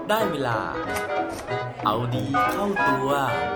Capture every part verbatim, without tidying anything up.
ได้เวลาเอาดีเข้าตัว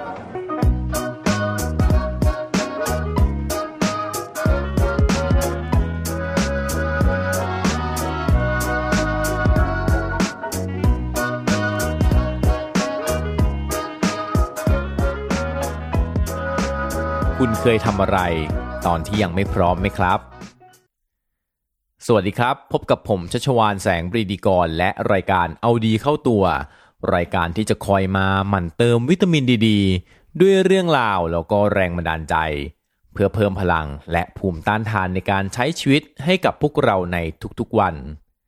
คุณเคยทำอะไรตอนที่ยังไม่พร้อมไหมครับสวัสดีครับพบกับผมชัชวาลแสงปรีดีกรและรายการเอาดีเข้าตัวรายการที่จะคอยมาหมั่นเติมวิตามินดีดีด้วยเรื่องราวแล้วก็แรงบันดาลใจเพื่อเพิ่มพลังและภูมิต้านทานในการใช้ชีวิตให้กับพวกเราในทุกๆวัน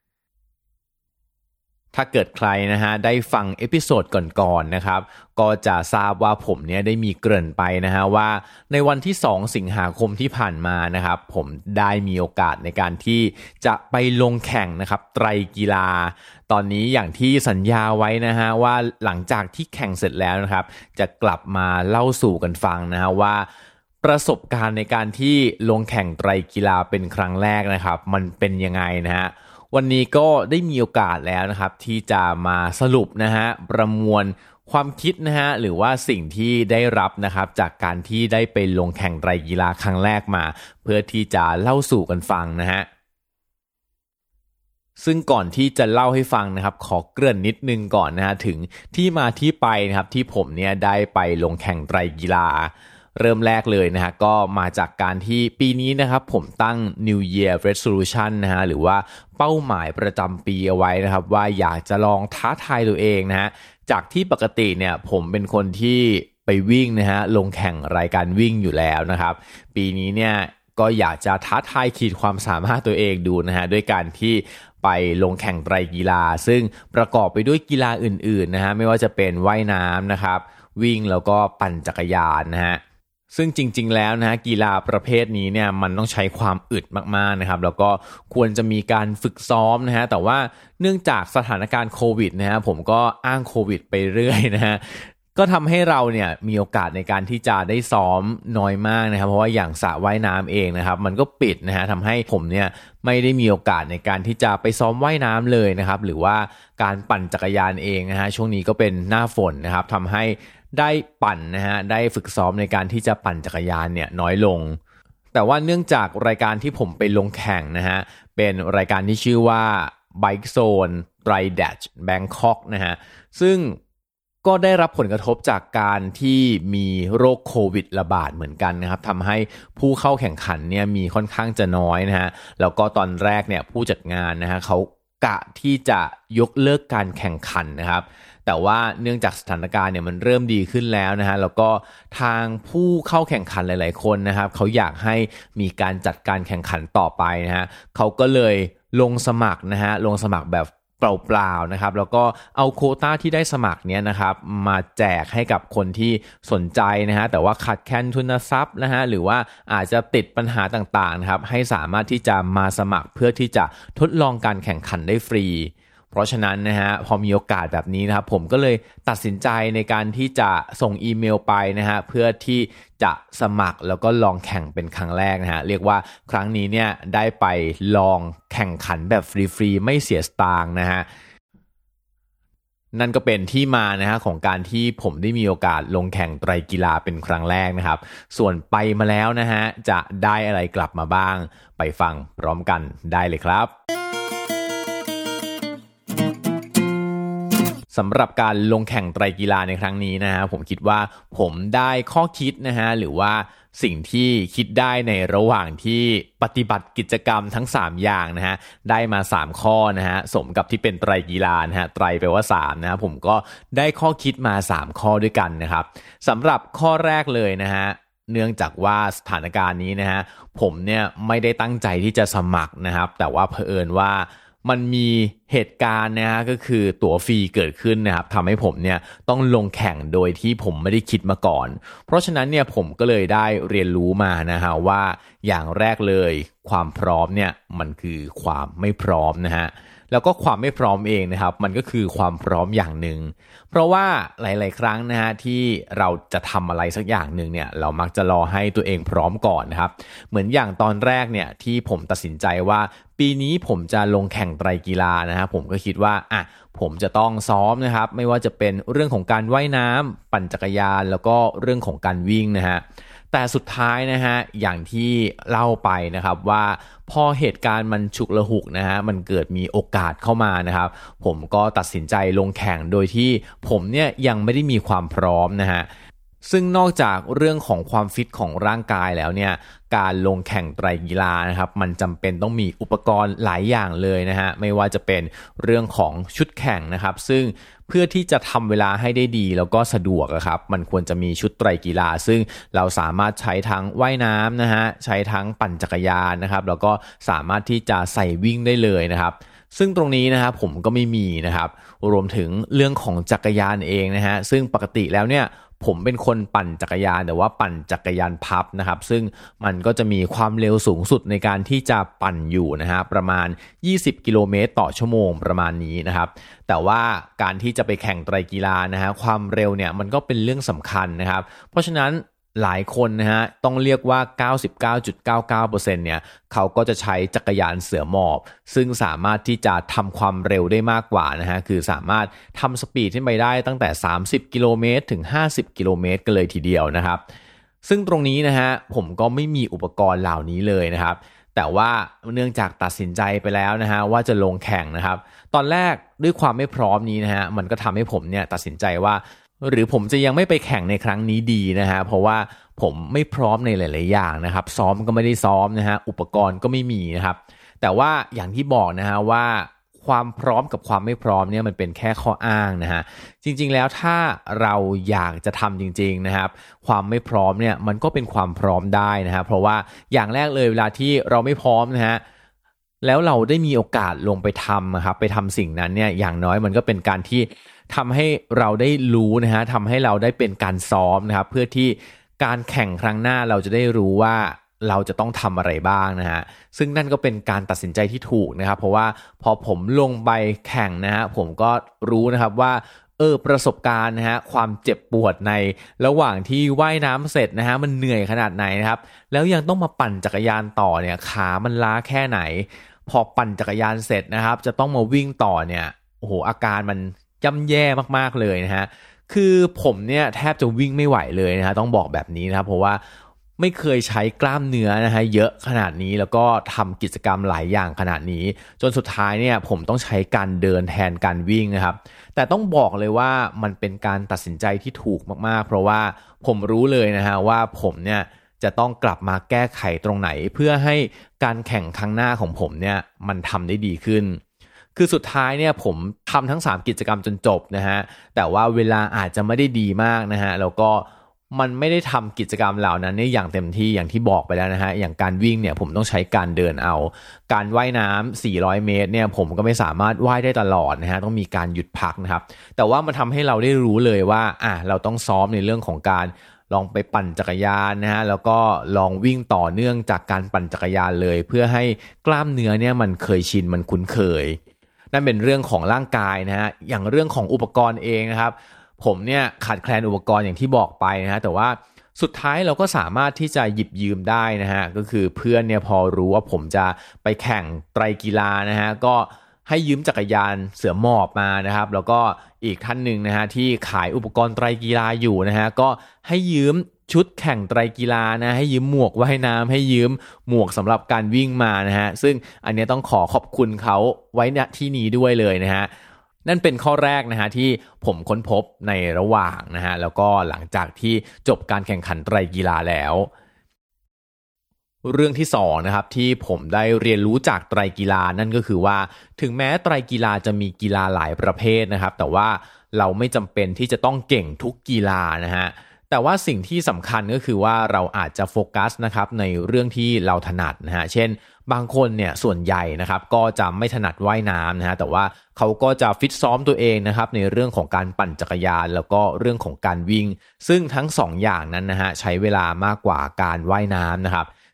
ถ้าเกิดใครนะฮะได้ฟังเอพิโซดก่อนๆนะครับก็จะทราบว่าผมเนี่ยได้มีเกริ่นไปนะฮะว่าในวันที่สองสิงหาคมที่ผ่านมานะครับผมได้มีโอกาสในการที่จะไปลงแข่งนะครับไตรกีฬาตอนนี้อย่างที่สัญญาไว้นะฮะว่าหลังจากที่แข่งเสร็จแล้วนะครับจะกลับมาเล่าสู่กันฟังนะฮะว่าประสบการณ์ในการที่ลงแข่งไตรกีฬาเป็นครั้งแรกนะครับมันเป็นยังไงนะฮะวันนี้ก็ได้มีโอกาสแล้วนะครับที่จะมาสรุปนะฮะประมวลความคิดนะฮะหรือว่าสิ่งที่ได้รับนะครับจากการที่ได้ไปลงแข่งไตรกีฬาครั้งแรกมาเพื่อที่จะเล่าสู่กันฟังนะฮะซึ่งก่อนที่จะเล่าให้ฟังนะครับขอเกริ่นนิดนึงก่อนนะฮะถึงที่มาที่ไปนะครับที่ผมเนี่ยได้ไปลงแข่งไตรกีฬาเริ่มแรกเลยนะฮะก็มาจากการที่ปีนี้นะครับผมตั้ง New Year Resolution นะฮะหรือว่าเป้าหมายประจำปีเอาไว้นะครับว่าอยากจะลองท้าทายตัวเองนะฮะจากที่ปกติเนี่ยผมเป็นคนที่ไปวิ่งนะฮะลงแข่งรายการวิ่งอยู่แล้วนะครับปีนี้เนี่ยก็อยากจะท้าทายขีดความสามารถตัวเองดูนะฮะด้วยการที่ไปลงแข่งไตรกีฬาซึ่งประกอบไปด้วยกีฬาอื่นๆนะฮะไม่ว่าจะเป็นว่ายน้ำนะครับวิ่งแล้วก็ปั่นจักรยานนะฮะซึ่งจริงๆแล้วนะฮะกีฬาประเภทนี้เนี่ยมันต้องใช้ความอึดมากๆนะครับแล้วก็ควรจะมีการฝึกซ้อมนะฮะแต่ว่าเนื่องจากสถานการณ์โควิดนะฮะผมก็อ้างโควิดไปเรื่อยนะฮะก็ทำให้เราเนี่ยมีโอกาสในการที่จะได้ซ้อมน้อยมากนะครับเพราะว่าอย่างสระว่ายน้ำเองนะครับมันก็ปิดนะฮะทำให้ผมเนี่ยไม่ได้มีโอกาสในการที่จะไปซ้อมว่ายน้ำเลยนะครับหรือว่าการปั่นจักรยานเองนะฮะช่วงนี้ก็เป็นหน้าฝนนะครับทำให้ได้ปั่นนะฮะได้ฝึกซ้อมในการที่จะปั่นจักรยานเนี่ยน้อยลงแต่ว่าเนื่องจากรายการที่ผมไปลงแข่งนะฮะเป็นรายการที่ชื่อว่า Bike Zone Tri Dash Bangkok นะฮะซึ่งก็ได้รับผลกระทบจากการที่มีโรคโควิดระบาดเหมือนกันนะครับทำให้ผู้เข้าแข่งขันเนี่ยมีค่อนข้างจะน้อยนะฮะแล้วก็ตอนแรกเนี่ยผู้จัดงานนะฮะเขากะที่จะยกเลิกการแข่งขันนะครับแต่ว่าเนื่องจากสถานการณ์เนี่ยมันเริ่มดีขึ้นแล้วนะฮะแล้วก็ทางผู้เข้าแข่งขันหลายๆคนนะครับเขาอยากให้มีการจัดการแข่งขันต่อไปนะฮะเขาก็เลยลงสมัครนะฮะลงสมัครแบบเปล่าๆนะครับแล้วก็เอาโควต้าที่ได้สมัครเนี้ยนะครับมาแจกให้กับคนที่สนใจนะฮะแต่ว่าขาดแคลนทุนทรัพย์นะฮะหรือว่าอาจจะติดปัญหาต่างๆนะครับให้สามารถที่จะมาสมัครเพื่อที่จะทดลองการแข่งขันได้ฟรีเพราะฉะนั้นนะฮะพอมีโอกาสแบบนี้นะครับผมก็เลยตัดสินใจในการที่จะส่งอีเมลไปนะฮะเพื่อที่จะสมัครแล้วก็ลองแข่งเป็นครั้งแรกนะฮะเรียกว่าครั้งนี้เนี่ยได้ไปลองแข่งขันแบบฟรีๆไม่เสียสตางค์นะฮะนั่นก็เป็นที่มานะฮะของการที่ผมได้มีโอกาสลงแข่งไตรกีฬาเป็นครั้งแรกนะครับส่วนไปมาแล้วนะฮะจะได้อะไรกลับมาบ้างไปฟังพร้อมกันได้เลยครับสำหรับการลงแข่งไตรกีฬาในครั้งนี้นะฮะผมคิดว่าผมได้ข้อคิดนะฮะหรือว่าสิ่งที่คิดได้ในระหว่างที่ปฏิบัติกิจกรรมทั้งสามอย่างนะฮะได้มาสามข้อนะฮะสมกับที่เป็นไตรกีฬานะฮะไตรแปลว่าสามนะฮะผมก็ได้ข้อคิดมาสามข้อด้วยกันนะครับสำหรับข้อแรกเลยนะฮะเนื่องจากว่าสถานการณ์นี้นะฮะผมเนี่ยไม่ได้ตั้งใจที่จะสมัครนะครับแต่ว่าเผอิญว่ามันมีเหตุการณ์นะฮะก็คือตั๋วฟรีเกิดขึ้นนะครับทำให้ผมเนี่ยต้องลงแข่งโดยที่ผมไม่ได้คิดมาก่อนเพราะฉะนั้นเนี่ยผมก็เลยได้เรียนรู้มานะฮะว่าอย่างแรกเลยความพร้อมเนี่ยมันคือความไม่พร้อมนะฮะแล้วก็ความไม่พร้อมเองนะครับมันก็คือความพร้อมอย่างหนึ่งเพราะว่าหลายๆครั้งนะฮะที่เราจะทำอะไรสักอย่างหนึ่งเนี่ยเรามักจะรอให้ตัวเองพร้อมก่อนนะครับเหมือนอย่างตอนแรกเนี่ยที่ผมตัดสินใจว่าปีนี้ผมจะลงแข่งไตรกีฬานะฮะผมก็คิดว่าอ่ะผมจะต้องซ้อมนะครับไม่ว่าจะเป็นเรื่องของการว่ายน้ำปั่นจักรยานแล้วก็เรื่องของการวิ่งนะฮะแต่สุดท้ายนะฮะอย่างที่เล่าไปนะครับว่าพอเหตุการณ์มันฉุกละหุกนะฮะมันเกิดมีโอกาสเข้ามานะครับผมก็ตัดสินใจลงแข่งโดยที่ผมเนี่ยยังไม่ได้มีความพร้อมนะฮะซึ่งนอกจากเรื่องของความฟิตของร่างกายแล้วเนี่ยการลงแข่งไตรกีฬานะครับมันจำเป็นต้องมีอุปกรณ์หลายอย่างเลยนะฮะไม่ว่าจะเป็นเรื่องของชุดแข่งนะครับซึ่งเพื่อที่จะทำเวลาให้ได้ดีแล้วก็สะดวกครับมันควรจะมีชุดไตรกีฬาซึ่งเราสามารถใช้ทั้งว่ายน้ำนะฮะใช้ทั้งปั่นจักรยานนะครับแล้วก็สามารถที่จะใส่วิ่งได้เลยนะครับซึ่งตรงนี้นะครับผมก็ไม่มีนะครับรวมถึงเรื่องของจักรยานเองนะฮะซึ่งปกติแล้วเนี่ยผมเป็นคนปั่นจักรยานแต่ว่าปั่นจักรยานพับนะครับซึ่งมันก็จะมีความเร็วสูงสุดในการที่จะปั่นอยู่นะฮะประมาณยี่สิบกิโลเมตรต่อชั่วโมงประมาณนี้นะครับแต่ว่าการที่จะไปแข่งไตรกีฬานะฮะความเร็วเนี่ยมันก็เป็นเรื่องสำคัญนะครับเพราะฉะนั้นหลายคนนะฮะต้องเรียกว่า เก้าสิบเก้าจุดเก้าเก้าเปอร์เซ็นต์ เนี่ยเขาก็จะใช้จักรยานเสือหมอบซึ่งสามารถที่จะทำความเร็วได้มากกว่านะฮะคือสามารถทำสปีดขึ้นไปได้ตั้งแต่สามสิบกิโลเมตรถึงห้าสิบกิโลเมตรกันเลยทีเดียวนะครับซึ่งตรงนี้นะฮะผมก็ไม่มีอุปกรณ์เหล่านี้เลยนะครับแต่ว่าเนื่องจากตัดสินใจไปแล้วนะฮะว่าจะลงแข่งนะครับตอนแรกด้วยความไม่พร้อมนี้นะฮะมันก็ทำให้ผมเนี่ยตัดสินใจว่าหรือผมจะยังไม่ไปแข่งในครั้งนี้ดีนะฮะเพราะว่าผมไม่พร้อมในหลายๆอย่างนะครับซ้อมก็ไม่ได้ซ้อมนะฮะอุปกรณ์ก็ไม่มีนะครับแต่ว่าอย่างที่บอกนะฮะว่าความพร้อมกับความไม่พร้อมเนี่ยมันเป็นแค่ข้ออ้างนะฮะจริงๆแล้วถ้าเราอยากจะทำจริงๆนะครับความไม่พร้อมเนี่ยมันก็เป็นความพร้อมได้นะฮะเพราะว่าอย่างแรกเลยเวลาที่เราไม่พร้อมนะฮะแล้วเราได้มีโอกาสลงไปทำนะครับไปทำสิ่งนั้นเนี่ยอย่างน้อยมันก็เป็นการที่ทำให้เราได้รู้นะฮะทำให้เราได้เป็นการซ้อมนะครับเพื่อที่การแข่งครั้งหน้าเราจะได้รู้ว่าเราจะต้องทำอะไรบ้างนะฮะซึ่งนั่นก็เป็นการตัดสินใจที่ถูกนะครับเพราะว่าพอผมลงไปแข่งนะฮะผมก็รู้นะครับว่าเออประสบการณ์นะฮะความเจ็บปวดในระหว่างที่ว่ายน้ำเสร็จนะฮะมันเหนื่อยขนาดไหนนะครับแล้วยังต้องมาปั่นจักรยานต่อเนี่ยขามันล้าแค่ไหนพอปั่นจักรยานเสร็จนะครับจะต้องมาวิ่งต่อเนี่ยโอ้โหอาการมันย่ำแย่มากๆเลยนะฮะคือผมเนี่ยแทบจะวิ่งไม่ไหวเลยนะฮะต้องบอกแบบนี้นะครับเพราะว่าไม่เคยใช้กล้ามเนื้อนะฮะเยอะขนาดนี้แล้วก็ทำกิจกรรมหลายอย่างขนาดนี้จนสุดท้ายเนี่ยผมต้องใช้การเดินแทนการวิ่งนะครับแต่ต้องบอกเลยว่ามันเป็นการตัดสินใจที่ถูกมากๆเพราะว่าผมรู้เลยนะฮะว่าผมเนี่ยจะต้องกลับมาแก้ไขตรงไหนเพื่อให้การแข่งครั้งหน้าของผมเนี่ยมันทำได้ดีขึ้นคือสุดท้ายเนี่ยผมทำทั้งสามกิจกรรมจนจบนะฮะแต่ว่าเวลาอาจจะไม่ได้ดีมากนะฮะแล้วก็มันไม่ได้ทำกิจกรรมเหล่านั้นเนี่ยอย่างเต็มที่อย่างที่บอกไปแล้วนะฮะอย่างการวิ่งเนี่ยผมต้องใช้การเดินเอาการว่ายน้ำสี่ร้อยเมตรเนี่ยผมก็ไม่สามารถว่ายได้ตลอดนะฮะต้องมีการหยุดพักนะครับแต่ว่ามันทำให้เราได้รู้เลยว่าอ่ะเราต้องซ้อมในเรื่องของการลองไปปั่นจักรยานนะฮะแล้วก็ลองวิ่งต่อเนื่องจากการปั่นจักรยานเลยเพื่อให้กล้ามเนื้อเนี่ยมันเคยชินมันคุ้นเคยนั่นเป็นเรื่องของร่างกายนะฮะอย่างเรื่องของอุปกรณ์เองนะครับผมเนี่ยขาดแคลนอุปกรณ์อย่างที่บอกไปนะฮะแต่ว่าสุดท้ายเราก็สามารถที่จะหยิบยืมได้นะฮะก็คือเพื่อนเนี่ยพอรู้ว่าผมจะไปแข่งไตรกีฬานะฮะก็ให้ยืมจักรยานเสือหมอบมานะครับแล้วก็อีกท่านหนึ่งนะฮะที่ขายอุปกรณ์ไตรกีฬาอยู่นะฮะก็ให้ยืมชุดแข่งไตรกีฬานะให้ยืมหมวกว่ายน้ำให้ยืมหมวกสำหรับการวิ่งมานะฮะซึ่งอันนี้ต้องขอขอบคุณเขาไว้ณที่นี้ด้วยเลยนะฮะนั่นเป็นข้อแรกนะฮะที่ผมค้นพบในระหว่างนะฮะแล้วก็หลังจากที่จบการแข่งขันไตรกีฬาแล้วเรื่องที่สองนะครับที่ผมได้เรียนรู้จากไตรกีฬานั่นก็คือว่าถึงแม้ไตรกีฬาจะมีกีฬาหลายประเภทนะครับแต่ว่าเราไม่จำเป็นที่จะต้องเก่งทุกกีฬานะฮะแต่ว่าสิ่งที่สำคัญก็คือว่าเราอาจจะโฟกัสนะครับในเรื่องที่เราถนัดนะฮะเช่นบางคนเนี่ยส่วนใหญ่นะครับก็จะไม่ถนัดว่ายน้ำนะฮะแต่ว่าเขาก็จะฟิตซ้อมตัวเองนะครับในเรื่องของการปั่นจักรยานแล้วก็เรื่องของการวิ่งซึ่งทั้งสองอย่างนั้นนะฮะใช้เวลามากกว่าการว่ายน้ำนะครับ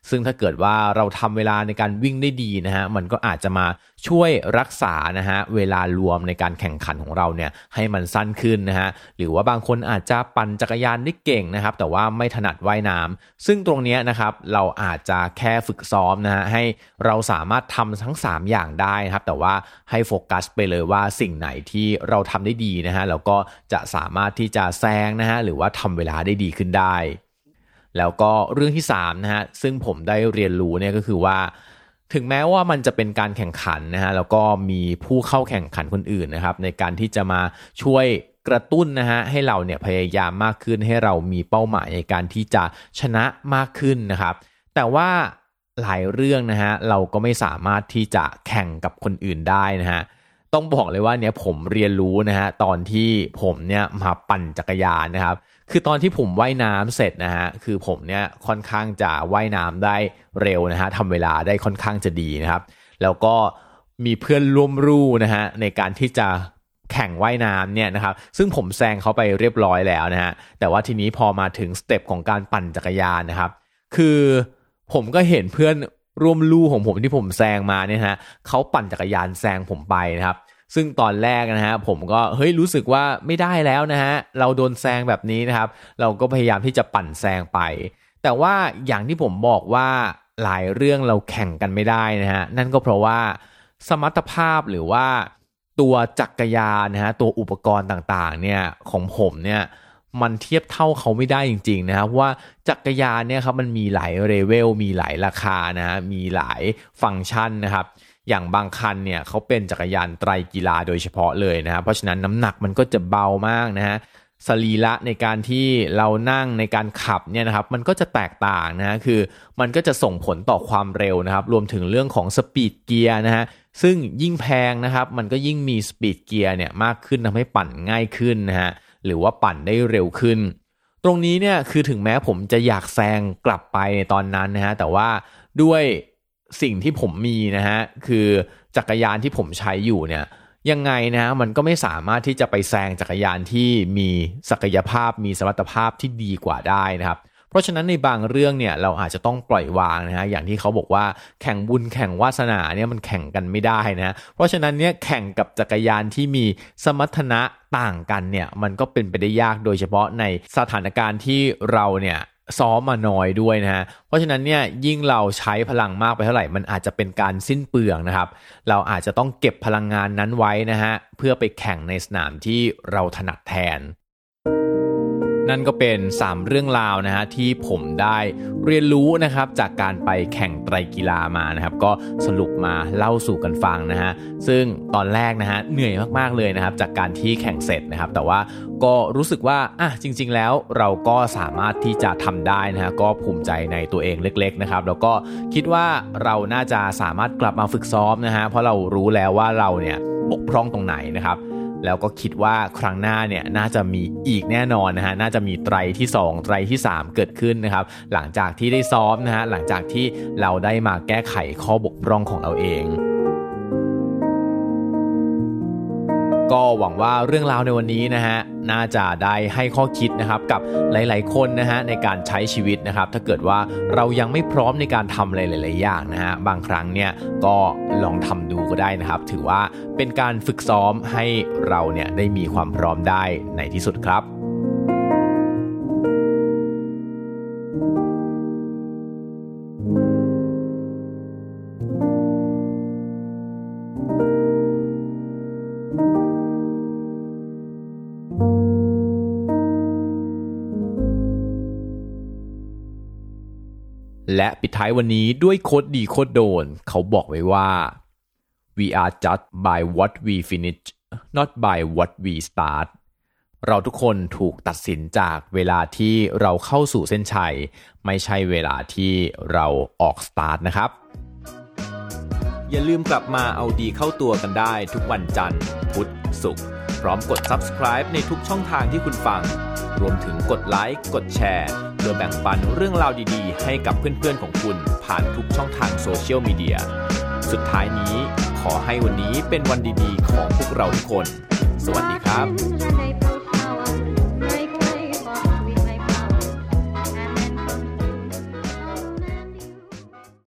ซึ่งถ้าเกิดว่าเราทำเวลาในการวิ่งได้ดีนะฮะมันก็อาจจะมาช่วยรักษานะฮะเวลารวมในการแข่งขันของเราเนี่ยให้มันสั้นขึ้นนะฮะหรือว่าบางคนอาจจะปั่นจักรยานได้เก่งนะครับแต่ว่าไม่ถนัดว่ายน้ำซึ่งตรงนี้นะครับเราอาจจะแค่ฝึกซ้อมนะฮะให้เราสามารถทำทั้งสามอย่างได้นะครับแต่ว่าให้โฟกัสไปเลยว่าสิ่งไหนที่เราทำได้ดีนะฮะแล้วก็จะสามารถที่จะแซงนะฮะหรือว่าทำเวลาได้ดีขึ้นได้แล้วก็เรื่องที่สามนะฮะซึ่งผมได้เรียนรู้เนี่ยก็คือว่าถึงแม้ว่ามันจะเป็นการแข่งขันนะฮะแล้วก็มีผู้เข้าแข่งขันคนอื่นนะครับในการที่จะมาช่วยกระตุ้นนะฮะให้เราเนี่ยพยายามมากขึ้นให้เรามีเป้าหมายในการที่จะชนะมากขึ้นนะครับแต่ว่าหลายเรื่องนะฮะเราก็ไม่สามารถที่จะแข่งกับคนอื่นได้นะฮะต้องบอกเลยว่าเนี่ยผมเรียนรู้นะฮะตอนที่ผมเนี่ยมาปั่นจักรยานนะครับคือตอนที่ผมว่ายน้ำเสร็จนะฮะคือผมเนี่ยค่อนข้างจะว่ายน้ำได้เร็วนะฮะทำเวลาได้ค่อนข้างจะดีนะครับแล้วก็มีเพื่อนร่วมรู่นะฮะในการที่จะแข่งว่ายน้ำเนี่ยนะครับซึ่งผมแซงเขาไปเรียบร้อยแล้วนะฮะแต่ว่าทีนี้พอมาถึงสเต็ปของการปั่นจักรยานนะครับคือผมก็เห็นเพื่อนร่วมลู่ของผมที่ผมแซงมาเนี่ยฮะเขาปั่นจักรยานแซงผมไปนะครับซึ่งตอนแรกนะฮะผมก็เฮ้ยรู้สึกว่าไม่ได้แล้วนะฮะเราโดนแซงแบบนี้นะครับเราก็พยายามที่จะปั่นแซงไปแต่ว่าอย่างที่ผมบอกว่าหลายเรื่องเราแข่งกันไม่ได้นะฮะนั่นก็เพราะว่าสมรรถภาพหรือว่าตัวจักรยานนะฮะตัวอุปกรณ์ต่างๆเนี่ยของผมเนี่ยมันเทียบเท่าเขาไม่ได้จริงๆนะครับว่าจักรยานเนี่ยครับมันมีหลายเลเวลมีหลายราคานะฮะมีหลายฟังก์ชันนะครับอย่างบางคันเนี่ยเขาเป็นจักรยานไตรกีฬาโดยเฉพาะเลยนะครับเพราะฉะนั้นน้ำหนักมันก็จะเบามากนะฮะสรีระในการที่เรานั่งในการขับเนี่ยนะครับมันก็จะแตกต่างนะฮะคือมันก็จะส่งผลต่อความเร็วนะครับรวมถึงเรื่องของสปีดเกียร์นะฮะซึ่งยิ่งแพงนะครับมันก็ยิ่งมีสปีดเกียร์เนี่ยมากขึ้นทำให้ปั่นง่ายขึ้นนะฮะหรือว่าปั่นได้เร็วขึ้นตรงนี้เนี่ยคือถึงแม้ผมจะอยากแซงกลับไปในตอนนั้นนะฮะแต่ว่าด้วยสิ่งที่ผมมีนะฮะคือจักรยานที่ผมใช้อยู่เนี่ยยังไงนะมันก็ไม่สามารถที่จะไปแซงจักรยานที่มีศักยภาพมีสมรรถภาพที่ดีกว่าได้นะครับเพราะฉะนั้นในบางเรื่องเนี่ยเราอาจจะต้องปล่อยวางนะฮะอย่างที่เขาบอกว่าแข่งบุญแข่งวาสนาเนี่ยมันแข่งกันไม่ได้นะเพราะฉะนั้นเนี่ยแข่งกับจักรยานที่มีสมรรถนะต่างกันเนี่ยมันก็เป็นไปได้ยากโดยเฉพาะในสถานการณ์ที่เราเนี่ยซ้อมมาน้อยด้วยนะฮะเพราะฉะนั้นเนี่ยยิ่งเราใช้พลังมากไปเท่าไหร่มันอาจจะเป็นการสิ้นเปลืองนะครับเราอาจจะต้องเก็บพลังงานนั้นไว้นะฮะเพื่อไปแข่งในสนามที่เราถนัดแทนนั่นก็เป็นสามเรื่องราวนะฮะที่ผมได้เรียนรู้นะครับจากการไปแข่งไตรกีฬามานะครับก็สรุปมาเล่าสู่กันฟังนะฮะซึ่งตอนแรกนะฮะเหนื่อยมากๆเลยนะครับจากการที่แข่งเสร็จนะครับแต่ว่าก็รู้สึกว่าอ่ะจริงๆแล้วเราก็สามารถที่จะทำได้นะฮะก็ภูมิใจในตัวเองเล็กๆนะครับแล้วก็คิดว่าเราน่าจะสามารถกลับมาฝึกซ้อมนะฮะเพราะเรารู้แล้วว่าเราเนี่ยบกพร่องตรงไหนนะครับแล้วก็คิดว่าครั้งหน้าเนี่ยน่าจะมีอีกแน่นอนนะฮะน่าจะมีไตรที่สองไตรที่สามเกิดขึ้นนะครับหลังจากที่ได้ซ้อมนะฮะหลังจากที่เราได้มาแก้ไขข้อบกพร่องของเราเองก็หวังว่าเรื่องราวในวันนี้นะฮะน่าจะได้ให้ข้อคิดนะครับกับหลายๆคนนะฮะในการใช้ชีวิตนะครับถ้าเกิดว่าเรายังไม่พร้อมในการทำอะไรหลายๆอย่างนะฮะบางครั้งเนี่ยก็ลองทำดูก็ได้นะครับถือว่าเป็นการฝึกซ้อมให้เราเนี่ยได้มีความพร้อมได้ในที่สุดครับและปิดท้ายวันนี้ด้วยโค้ดดีโค้ดโดนเขาบอกไว้ว่า we are judged by what we finish not by what we start เราทุกคนถูกตัดสินจากเวลาที่เราเข้าสู่เส้นชัยไม่ใช่เวลาที่เราออกสตาร์ทนะครับอย่าลืมกลับมาเอาดีเข้าตัวกันได้ทุกวันจันทร์พุธศุกร์พร้อมกด Subscribe ในทุกช่องทางที่คุณฟังรวมถึงกดไลค์กดแชร์เพื่อแบ่งปันเรื่องราวดีๆให้กับเพื่อนๆของคุณผ่านทุกช่องทางโซเชียลมีเดียสุดท้ายนี้ขอให้วันนี้เป็นวันดีๆของพวกเราทุกคนสวัสดีครับ